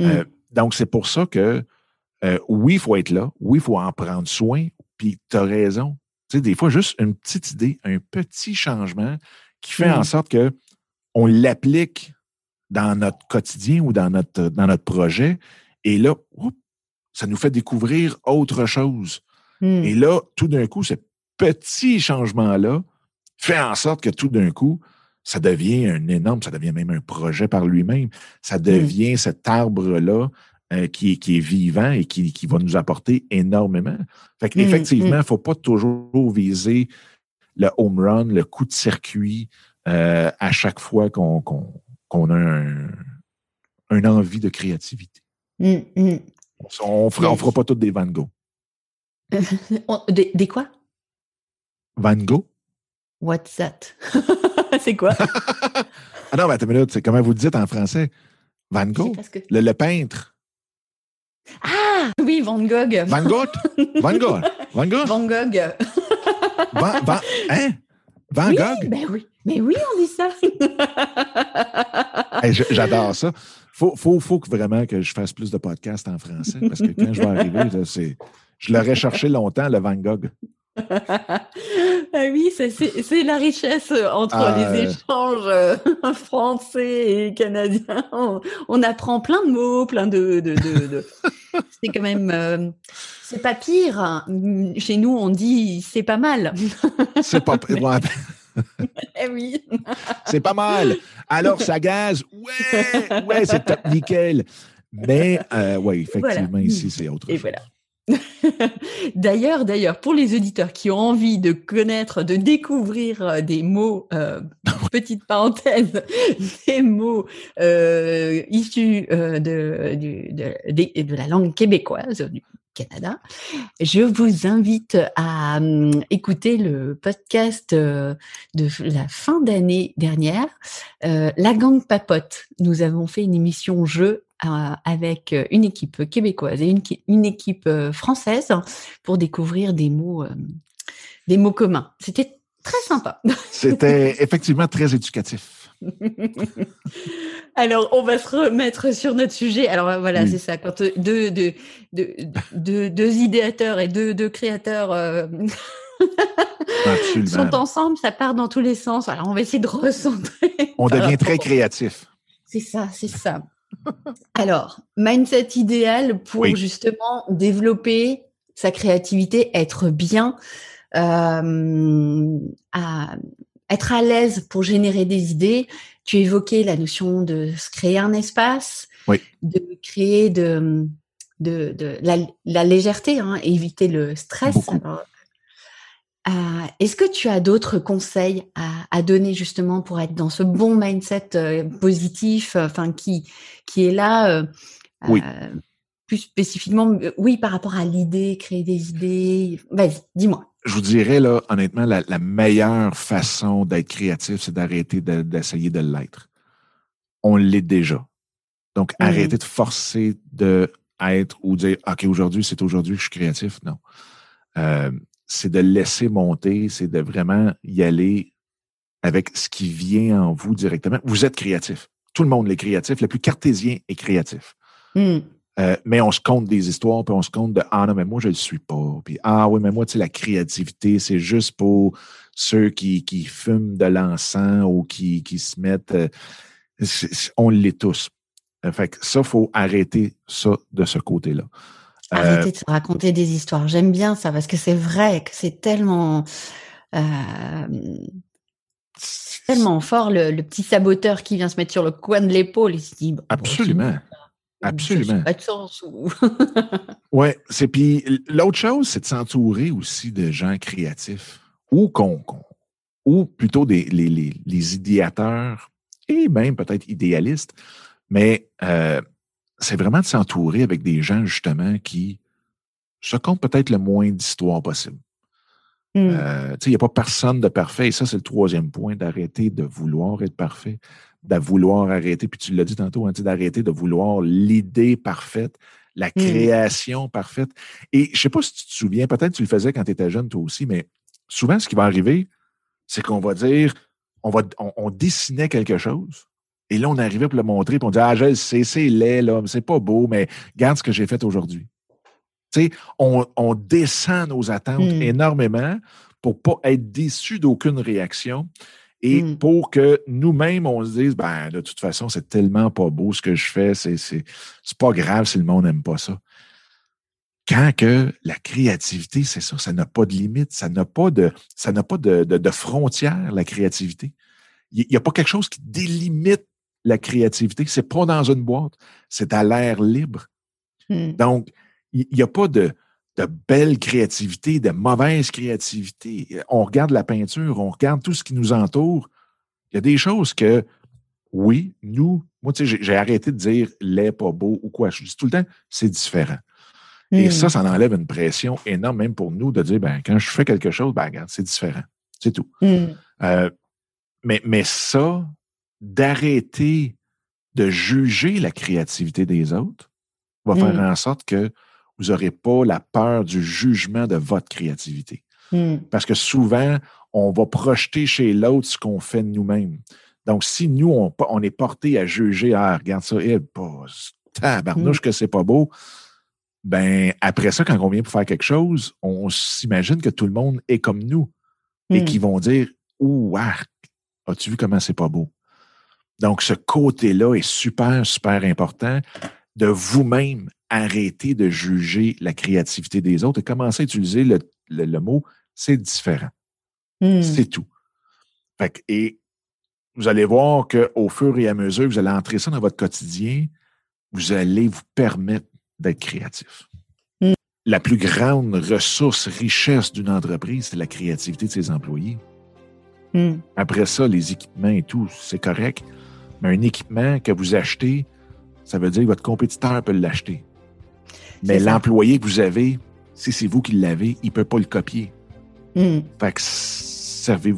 Mm. Euh, donc, c'est pour ça que, euh, oui, il faut être là. Oui, il faut en prendre soin. Puis, tu as raison. Tu sais, des fois, juste une petite idée, un petit changement qui fait Mm. en sorte qu'on l'applique dans notre quotidien ou dans notre, dans notre projet. Et là, oups, ça nous fait découvrir autre chose. Mm. Et là, tout d'un coup, ce petit changement-là fait en sorte que tout d'un coup, ça devient un énorme, ça devient même un projet par lui-même. Ça devient mm. cet arbre-là euh, qui, qui est vivant et qui, qui va nous apporter énormément. Fait qu'effectivement, il mm. ne faut pas toujours viser le home run, le coup de circuit euh, à chaque fois qu'on, qu'on, qu'on a un, un envie de créativité. Mm. Mm. On ne fera, yes. fera pas toutes des Van Gogh. des, des quoi? Van Gogh? What's that? C'est quoi? Ah non, mais attends une minute, c'est comment vous le dites en français? Van Gogh? Que... Le, le peintre. Ah, oui, Van Gogh. Van Gogh? Van Gogh? Van Gogh? Van Gogh. Van, Van, hein? Van oui, Gogh? Ben oui, mais oui, on dit ça. Hey, j'adore ça. Faut, faut, faut que vraiment que je fasse plus de podcasts en français parce que quand je vais arriver, là, c'est, je l'aurais cherché longtemps, le Van Gogh. Ah oui, c'est, c'est, c'est la richesse entre euh... les échanges français et canadiens. On, on apprend plein de mots, plein de... de, de, de... c'est quand même... Euh, c'est pas pire. Chez nous, on dit c'est pas mal. C'est pas pire. Ouais. Eh oui. C'est pas mal. Alors, ça gaze. Ouais, ouais, c'est top nickel. Mais, euh, oui, effectivement, voilà. Ici, c'est autre et chose. Voilà. D'ailleurs, d'ailleurs, pour les auditeurs qui ont envie de connaître, de découvrir des mots, euh, petite parenthèse, des mots euh, issus euh, de, de, de, de la langue québécoise du Canada, je vous invite à euh, écouter le podcast euh, de la fin d'année dernière, euh, La Gang Papote. Nous avons fait une émission jeu avec une équipe québécoise et une, une équipe française pour découvrir des mots, euh, des mots communs. C'était très sympa. C'était effectivement très éducatif. Alors, on va se remettre sur notre sujet. Alors, voilà, oui. C'est ça. Quand deux, deux, deux, deux, deux idéateurs et deux, deux créateurs euh, sont ensemble, ça part dans tous les sens. Alors, on va essayer de recentrer. On devient très créatif. C'est ça, c'est ça. Alors, mindset idéal pour oui. justement développer sa créativité, être bien, euh, à, être à l'aise pour générer des idées. Tu évoquais la notion de se créer un espace, oui. de créer de, de, de la, la légèreté, hein, éviter le stress. Alors, euh, est-ce que tu as d'autres conseils à, à donner justement pour être dans ce bon mindset euh, positif, enfin euh, qui qui est là euh, oui. euh, plus spécifiquement, euh, oui, par rapport à l'idée, créer des idées. Vas-y, dis-moi. Je vous dirais là, honnêtement, la, la meilleure façon d'être créatif, c'est d'arrêter de, d'essayer de l'être. On l'est déjà. Donc, mmh. arrêtez de forcer de être ou dire OK, aujourd'hui, c'est aujourd'hui que je suis créatif. Non. Euh, c'est de laisser monter, c'est de vraiment y aller avec ce qui vient en vous directement. Vous êtes créatif. Tout le monde est créatif. Le plus cartésien est créatif. Mm. Euh, mais on se compte des histoires, puis on se compte de « Ah non, mais moi, je ne le suis pas. » Puis « Ah oui, mais moi, tu sais, la créativité, c'est juste pour ceux qui, qui fument de l'encens ou qui, qui se mettent... Euh, » On l'est tous. Euh, fait que ça, il faut arrêter ça de ce côté-là. Arrêtez euh, de se raconter des histoires. J'aime bien ça parce que c'est vrai que c'est tellement, euh, tellement fort le, le petit saboteur qui vient se mettre sur le coin de l'épaule et se dit bon, absolument, bon, absolument. Pas de sens. Ou... ouais, c'est puis l'autre chose, c'est de s'entourer aussi de gens créatifs ou qu'on, qu'on ou plutôt des les, les, les idéateurs et même peut-être idéalistes, mais euh, c'est vraiment de s'entourer avec des gens, justement, qui se comptent peut-être le moins d'histoires possible. Mm. Euh, il n'y a pas personne de parfait. Et ça, c'est le troisième point, d'arrêter de vouloir être parfait, de vouloir arrêter, puis tu l'as dit tantôt, hein, d'arrêter de vouloir l'idée parfaite, la création mm. parfaite. Et je ne sais pas si tu te souviens, peut-être tu le faisais quand tu étais jeune, toi aussi, mais souvent, ce qui va arriver, c'est qu'on va dire, on, va, on, on dessinait quelque chose, Et là, on arrivait pour le montrer, puis on disait, ah, je le sais, c'est laid, là, mais c'est pas beau, mais regarde ce que j'ai fait aujourd'hui. Tu sais, on, on descend nos attentes Mm. énormément pour pas être déçu d'aucune réaction et Mm. pour que nous-mêmes, on se dise, ben, de toute façon, c'est tellement pas beau ce que je fais, c'est, c'est, c'est pas grave si le monde n'aime pas ça. Quand que la créativité, c'est ça, ça n'a pas de limite, ça n'a pas de, ça n'a pas de, de, de frontières, la créativité. Il n'y a pas quelque chose qui délimite la créativité. C'est pas dans une boîte, c'est à l'air libre. Mm. Donc, il n'y a pas de, de belle créativité, de mauvaise créativité. On regarde la peinture, on regarde tout ce qui nous entoure. Il y a des choses que, oui, nous, moi, tu sais, j'ai, j'ai arrêté de dire laid, pas beau ou quoi. Je dis tout le temps, c'est différent. Mm. Et ça, ça enlève une pression énorme, même pour nous, de dire, ben, quand je fais quelque chose, ben, regarde, c'est différent. C'est tout. Mm. Euh, mais, mais ça, d'arrêter de juger la créativité des autres va mm. faire en sorte que vous n'aurez pas la peur du jugement de votre créativité. Mm. Parce que souvent, on va projeter chez l'autre ce qu'on fait de nous-mêmes. Donc, si nous, on, on est porté à juger, ah, regarde ça, eh, pas, tabarnouche mm. que c'est pas beau, ben après ça, quand on vient pour faire quelque chose, on s'imagine que tout le monde est comme nous mm. et qu'ils vont dire, ouh, ah, as-tu vu comment c'est pas beau? Donc, ce côté-là est super, super important de vous-même arrêter de juger la créativité des autres et commencer à utiliser le, le, le mot « c'est différent mm. ». C'est tout. Fait que, et vous allez voir qu'au fur et à mesure que vous allez entrer ça dans votre quotidien, vous allez vous permettre d'être créatif. Mm. La plus grande ressource, richesse d'une entreprise, c'est la créativité de ses employés. Mm. Après ça, les équipements et tout, c'est correct. Mais un équipement que vous achetez, ça veut dire que votre compétiteur peut l'acheter. Mais c'est l'employé ça. Que vous avez, si c'est vous qui l'avez, il ne peut pas le copier. Mm. Fait que servez-vous,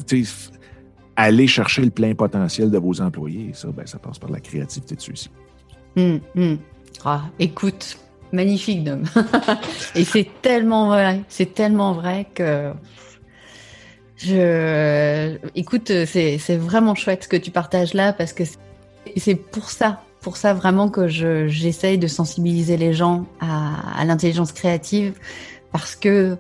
allez chercher le plein potentiel de vos employés. Et ça, ben, ça passe par la créativité de ceux-ci. Mm. Mm. Ah, écoute, magnifique, Dom. Et c'est tellement vrai, c'est tellement vrai que... Je, écoute, c'est, c'est vraiment chouette ce que tu partages là parce que c'est pour ça, pour ça vraiment que je, j'essaye de sensibiliser les gens à, à l'intelligence créative parce que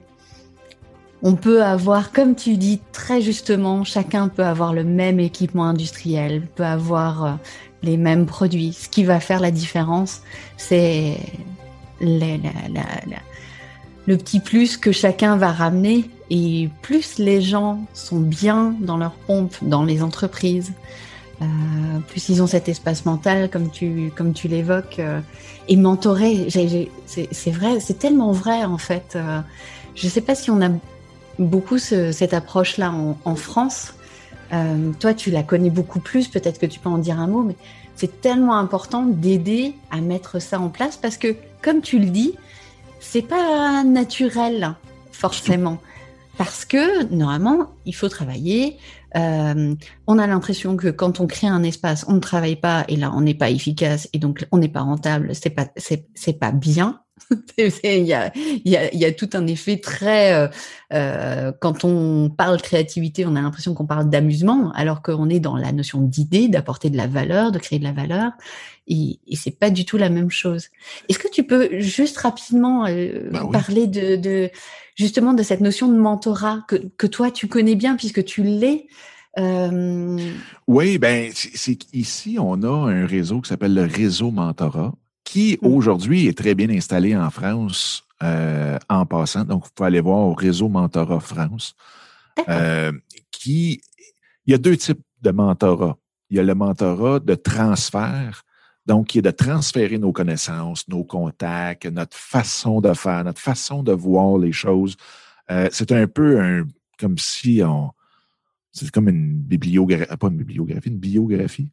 on peut avoir, comme tu dis très justement, chacun peut avoir le même équipement industriel, peut avoir les mêmes produits. Ce qui va faire la différence, c'est les, la, la, la, le petit plus que chacun va ramener. Et plus les gens sont bien dans leur pompe, dans les entreprises, euh, plus ils ont cet espace mental, comme tu, comme tu l'évoques, euh, et mentorer. J'ai, j'ai, c'est, c'est vrai, c'est tellement vrai en fait. Euh, je ne sais pas si on a beaucoup ce, cette approche-là en, en France. Euh, toi, tu la connais beaucoup plus. Peut-être que tu peux en dire un mot, mais c'est tellement important d'aider à mettre ça en place parce que, comme tu le dis, c'est pas naturel forcément. Parce que, normalement, il faut travailler. Euh, on a l'impression que quand on crée un espace, on ne travaille pas et là, on n'est pas efficace et donc on n'est pas rentable. C'est pas, c'est, c'est pas bien. Il y a, il y a, il y a tout un effet très... Euh, euh, quand on parle créativité, on a l'impression qu'on parle d'amusement, alors qu'on est dans la notion d'idée, d'apporter de la valeur, de créer de la valeur. Et, et c'est pas du tout la même chose. Est-ce que tu peux juste rapidement euh, bah oui. parler de... de justement de cette notion de mentorat que, que toi, tu connais bien puisque tu l'es. Euh... Oui, bien, c'est, c'est qu'ici, on a un réseau qui s'appelle le réseau Mentorat qui, mmh. aujourd'hui, est très bien installé en France euh, en passant. Donc, vous pouvez aller voir au réseau Mentorat France. Euh, qui, il y a deux types de mentorat. Il y a le mentorat de transfert, donc qui est de transférer nos connaissances, nos contacts, notre façon de faire, notre façon de voir les choses. Euh, c'est un peu un, comme si on... C'est comme une bibliographie, pas une bibliographie, une biographie.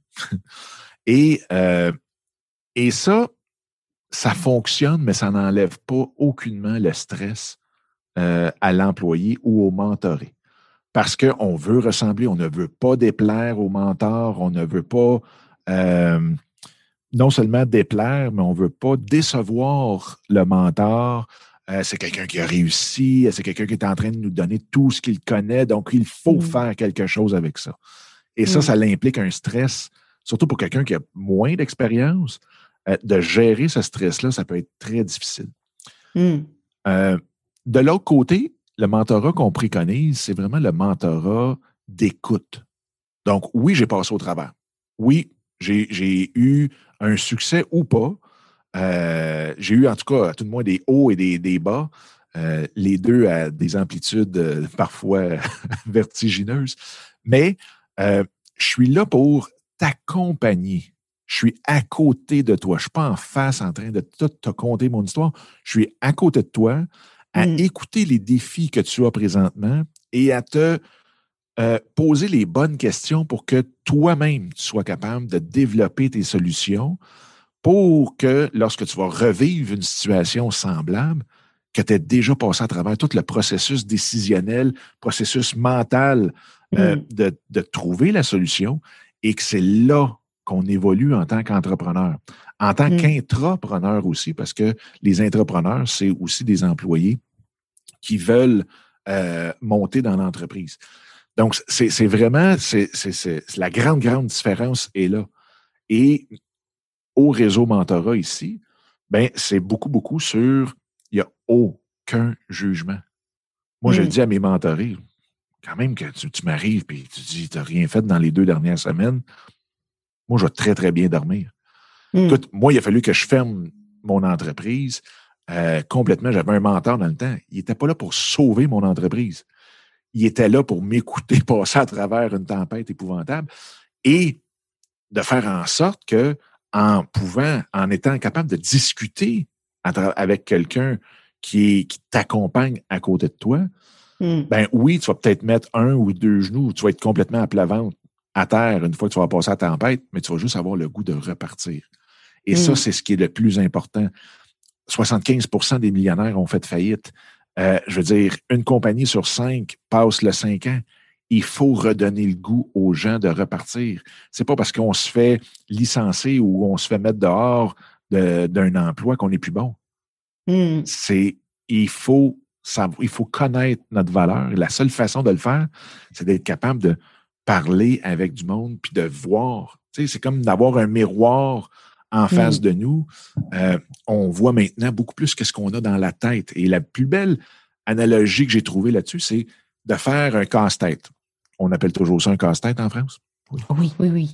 et, euh, et ça, ça fonctionne, mais ça n'enlève pas aucunement le stress euh, à l'employé ou au mentoré. Parce qu'on veut ressembler, on ne veut pas déplaire au mentor, on ne veut pas... Euh, non seulement déplaire, mais on ne veut pas décevoir le mentor. Euh, c'est quelqu'un qui a réussi, c'est quelqu'un qui est en train de nous donner tout ce qu'il connaît, donc il faut mmh. faire quelque chose avec ça. Et mmh. ça, ça implique un stress surtout pour quelqu'un qui a moins d'expérience, euh, de gérer ce stress-là, ça peut être très difficile. Mm. Euh, de l'autre côté, le mentorat qu'on préconise, c'est vraiment le mentorat d'écoute. Donc, oui, j'ai passé au travers. Oui, j'ai, j'ai eu un succès ou pas. Euh, j'ai eu, en tout cas, à tout le moins, des hauts et des, des bas. Euh, les deux à des amplitudes euh, parfois vertigineuses. Mais euh, je suis là pour t'accompagner. Je suis à côté de toi. Je ne suis pas en face en train de tout te conter mon histoire. Je suis à côté de toi à mm. écouter les défis que tu as présentement et à te euh, poser les bonnes questions pour que toi-même tu sois capable de développer tes solutions pour que lorsque tu vas revivre une situation semblable, que tu aies déjà passé à travers tout le processus décisionnel, processus mental euh, mm. de, de trouver la solution et que c'est là qu'on évolue en tant qu'entrepreneur. En tant mm. qu'intrapreneur aussi, parce que les intrapreneurs, c'est aussi des employés qui veulent euh, monter dans l'entreprise. Donc, c'est, c'est vraiment, c'est, c'est, c'est, la grande, grande différence est là. Et au réseau mentorat ici, ben, c'est beaucoup, beaucoup sur, il n'y a aucun jugement. Moi, mm. je le dis à mes mentorés, quand même que tu, tu m'arrives et tu dis, tu n'as rien fait dans les deux dernières semaines, moi, je vais très, très bien dormir. Mm. Écoute, moi, il a fallu que je ferme mon entreprise euh, complètement. J'avais un mentor dans le temps. Il n'était pas là pour sauver mon entreprise. Il était là pour m'écouter passer à travers une tempête épouvantable et de faire en sorte que, en pouvant, en étant capable de discuter avec quelqu'un qui, qui t'accompagne à côté de toi, mm. ben oui, tu vas peut-être mettre un ou deux genoux, tu vas être complètement à plat ventre, à terre, une fois que tu vas passer la tempête, mais tu vas juste avoir le goût de repartir. Et mm. ça, c'est ce qui est le plus important. soixante-quinze pour cent des millionnaires ont fait faillite. Euh, je veux dire, une compagnie sur cinq passe le cinq ans. Il faut redonner le goût aux gens de repartir. C'est pas parce qu'on se fait licencier ou on se fait mettre dehors de, d'un emploi qu'on est plus bon. Mm. C'est, il faut savoir, il faut connaître notre valeur. Et la seule façon de le faire, c'est d'être capable de parler avec du monde puis de voir. Tu sais, c'est comme d'avoir un miroir en face mm. de nous. Euh, on voit maintenant beaucoup plus que ce qu'on a dans la tête. Et la plus belle analogie que j'ai trouvée là-dessus, c'est de faire un casse-tête. On appelle toujours ça un casse-tête en France? Oui, oui, oui. oui.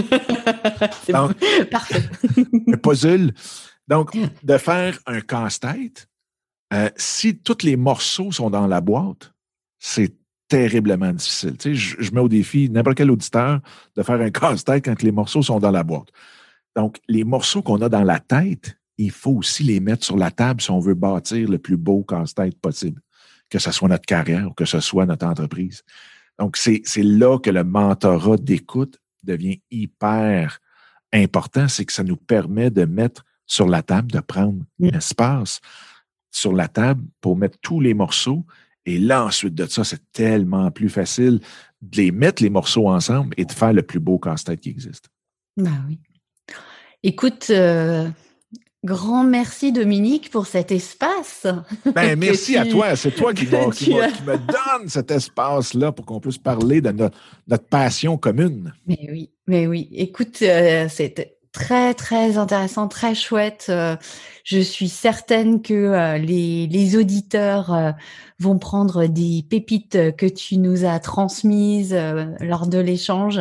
C'est Donc, bon. Parfait. Un puzzle. Donc, de faire un casse-tête, euh, si tous les morceaux sont dans la boîte, c'est terriblement difficile. Tu sais, je, je mets au défi n'importe quel auditeur de faire un casse-tête quand les morceaux sont dans la boîte. Donc, les morceaux qu'on a dans la tête, il faut aussi les mettre sur la table si on veut bâtir le plus beau casse-tête possible, que ce soit notre carrière ou que ce soit notre entreprise. Donc, c'est, c'est là que le mentorat d'écoute devient hyper important, c'est que ça nous permet de mettre sur la table, de prendre mmh. l'espace sur la table pour mettre tous les morceaux. Et là, ensuite de ça, c'est tellement plus facile de les mettre, les morceaux ensemble et de faire le plus beau casse-tête qui existe. Ben oui. Écoute, euh, grand merci Dominique pour cet espace. Ben, merci tu, à toi. C'est toi qui, m'a, qui, m'a, qui me donne cet espace-là pour qu'on puisse parler de notre, notre passion commune. Mais oui, mais oui. Écoute, euh, c'était très, très intéressant, très chouette. Euh, je suis certaine que euh, les, les auditeurs euh, vont prendre des pépites que tu nous as transmises euh, lors de l'échange.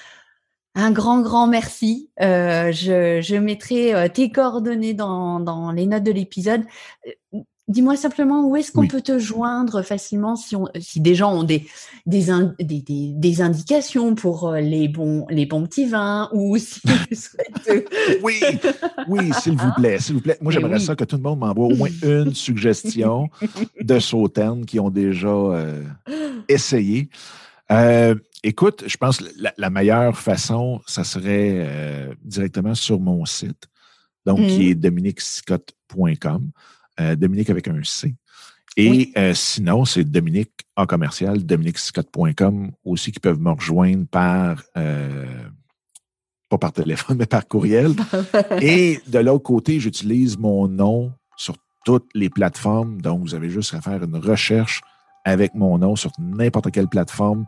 Un grand, grand merci. Euh, je, je mettrai euh, tes coordonnées dans, dans les notes de l'épisode. Euh, dis-moi simplement où est-ce qu'on oui. peut te joindre facilement si, on, si des gens ont des, des, in, des, des, des indications pour les bons, les bons petits vins ou si tu souhaites... oui, oui, s'il vous plaît, s'il vous plaît. Moi, Mais j'aimerais oui. ça que tout le monde m'envoie au moins une suggestion de sauternes qui ont déjà euh, essayé. Euh, écoute, je pense que la, la meilleure façon, ça serait euh, directement sur mon site, donc mmh. qui est dominique sicotte point com, euh, Dominique avec un C. Et oui. euh, sinon, c'est Dominique en commercial, dominique sicotte point com aussi qui peuvent me rejoindre par, euh, pas par téléphone, mais par courriel. Et de l'autre côté, j'utilise mon nom sur toutes les plateformes, donc vous avez juste à faire une recherche avec mon nom sur n'importe quelle plateforme.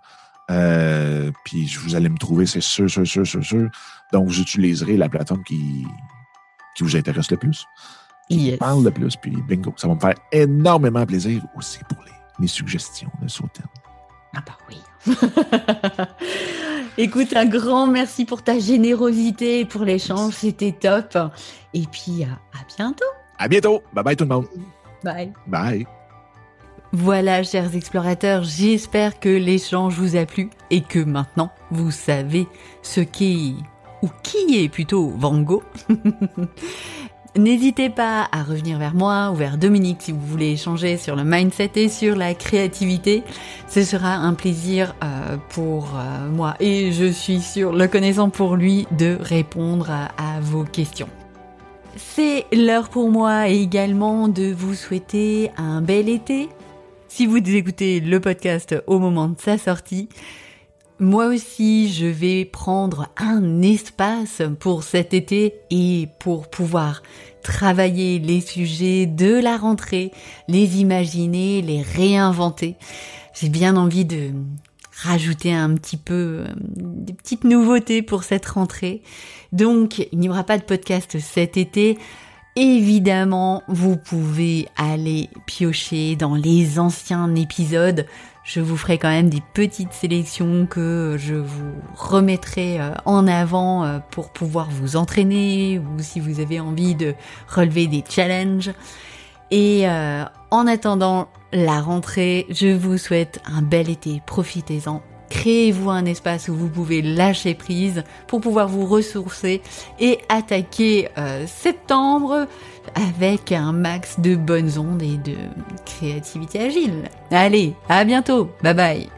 Euh, puis vous allez me trouver, c'est sûr, sûr, sûr, sûr, sûr. Donc, vous utiliserez la plateforme qui, qui vous intéresse le plus, qui Yes. vous parle le plus, puis bingo. Ça va me faire énormément plaisir aussi pour les, les suggestions de Sauternes. Ah bah oui. Écoute, un grand merci pour ta générosité et pour l'échange, c'était top. Et puis, à, à bientôt. À bientôt. Bye bye tout le monde. Bye. Bye. Voilà, chers explorateurs, j'espère que l'échange vous a plu et que maintenant, vous savez ce qu'est, ou qui est plutôt Van Gogh. N'hésitez pas à revenir vers moi ou vers Dominique si vous voulez échanger sur le mindset et sur la créativité. Ce sera un plaisir euh, pour euh, moi et je suis sûre, le connaissant pour lui, de répondre à, à vos questions. C'est l'heure pour moi également de vous souhaiter un bel été. Si vous écoutez le podcast au moment de sa sortie, moi aussi, je vais prendre un espace pour cet été et pour pouvoir travailler les sujets de la rentrée, les imaginer, les réinventer. J'ai bien envie de rajouter un petit peu des petites nouveautés pour cette rentrée. Donc, il n'y aura pas de podcast cet été. Évidemment, vous pouvez aller piocher dans les anciens épisodes. Je vous ferai quand même des petites sélections que je vous remettrai en avant pour pouvoir vous entraîner ou si vous avez envie de relever des challenges. Et euh, en attendant la rentrée, je vous souhaite un bel été, profitez-en. Créez-vous un espace où vous pouvez lâcher prise pour pouvoir vous ressourcer et attaquer euh, septembre avec un max de bonnes ondes et de créativité agile. Allez, à bientôt, bye bye.